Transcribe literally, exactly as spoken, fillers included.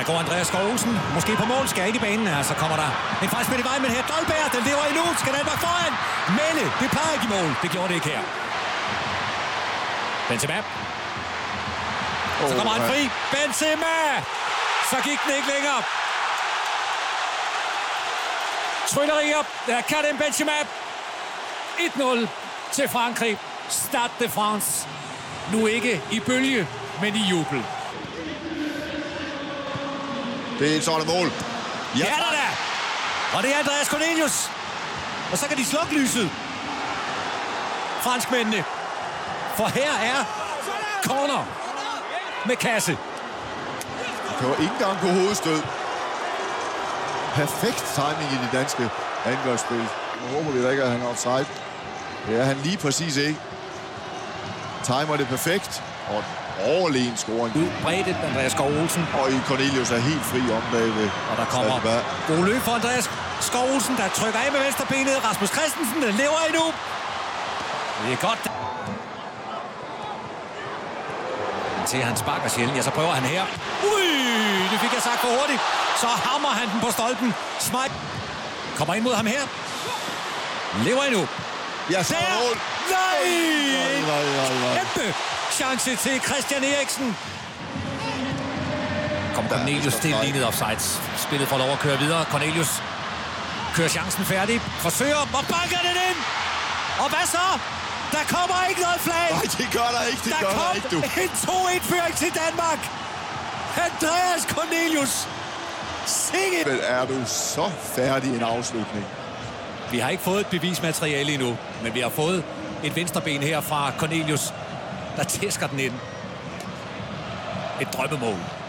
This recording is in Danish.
Der går Andreas Skov Olsen. Måske på mål. Skal ind i banen her. Så kommer der en fejlspil i vejen, men her Dolberg. Den lever endnu. Skal Danmark foran? Melle. Det plejer ikke i mål. Det gjorde det ikke her. Benzema. Så kommer han fri. Benzema. Så gik den ikke længere. Tryllerier. Der kan den Benzema. et nul til Frankrig. Stade de France. Nu ikke i bølge, men i jubel. Det er et sådan mål. Ja, ja der da! Og det er Andreas Cornelius. Og så kan de slukke lyset. Franskmændene. For her er corner med kasse. Det var ikke engang på hovedstød. Perfekt timing i det danske angrebsspil. Nu håber vi da ikke, at han er offside. Det er han lige præcis ikke. Timer det perfekt. Og overlegen scoring. Ud bredt Andreas Skov Olsen. Og Cornelius er helt fri om bagved. Og der kommer god løb for Andreas Skov Olsen, der trykker af med venstrebenet. Rasmus Christensen, den lever endnu. Det er godt. Til han sparker sjældent. Ja, så prøver han her. Ui, det fik jeg sagt for hurtigt. Så hammer han den på stolpen. Smite kommer ind mod ham her. Lever endnu. Ja, så er mål. Nej! Nej, nej, nej. Kæmpe chance til Christian Eriksen. Kom Cornelius til lignet offside. Spillet får lov at køre videre. Cornelius kører chancen færdig. Forsøger og banker den ind. Og hvad så? Der kommer ikke noget flag. Nej, det gør der ikke. Det der gør kom der ikke, du. en to-et-føring til Danmark. Andreas Cornelius. Sikke. Er du så færdig en afslutning? Vi har ikke fået et bevismateriale endnu, men vi har fået et venstreben her fra Cornelius, der tæsker den ind. Et drømmemål.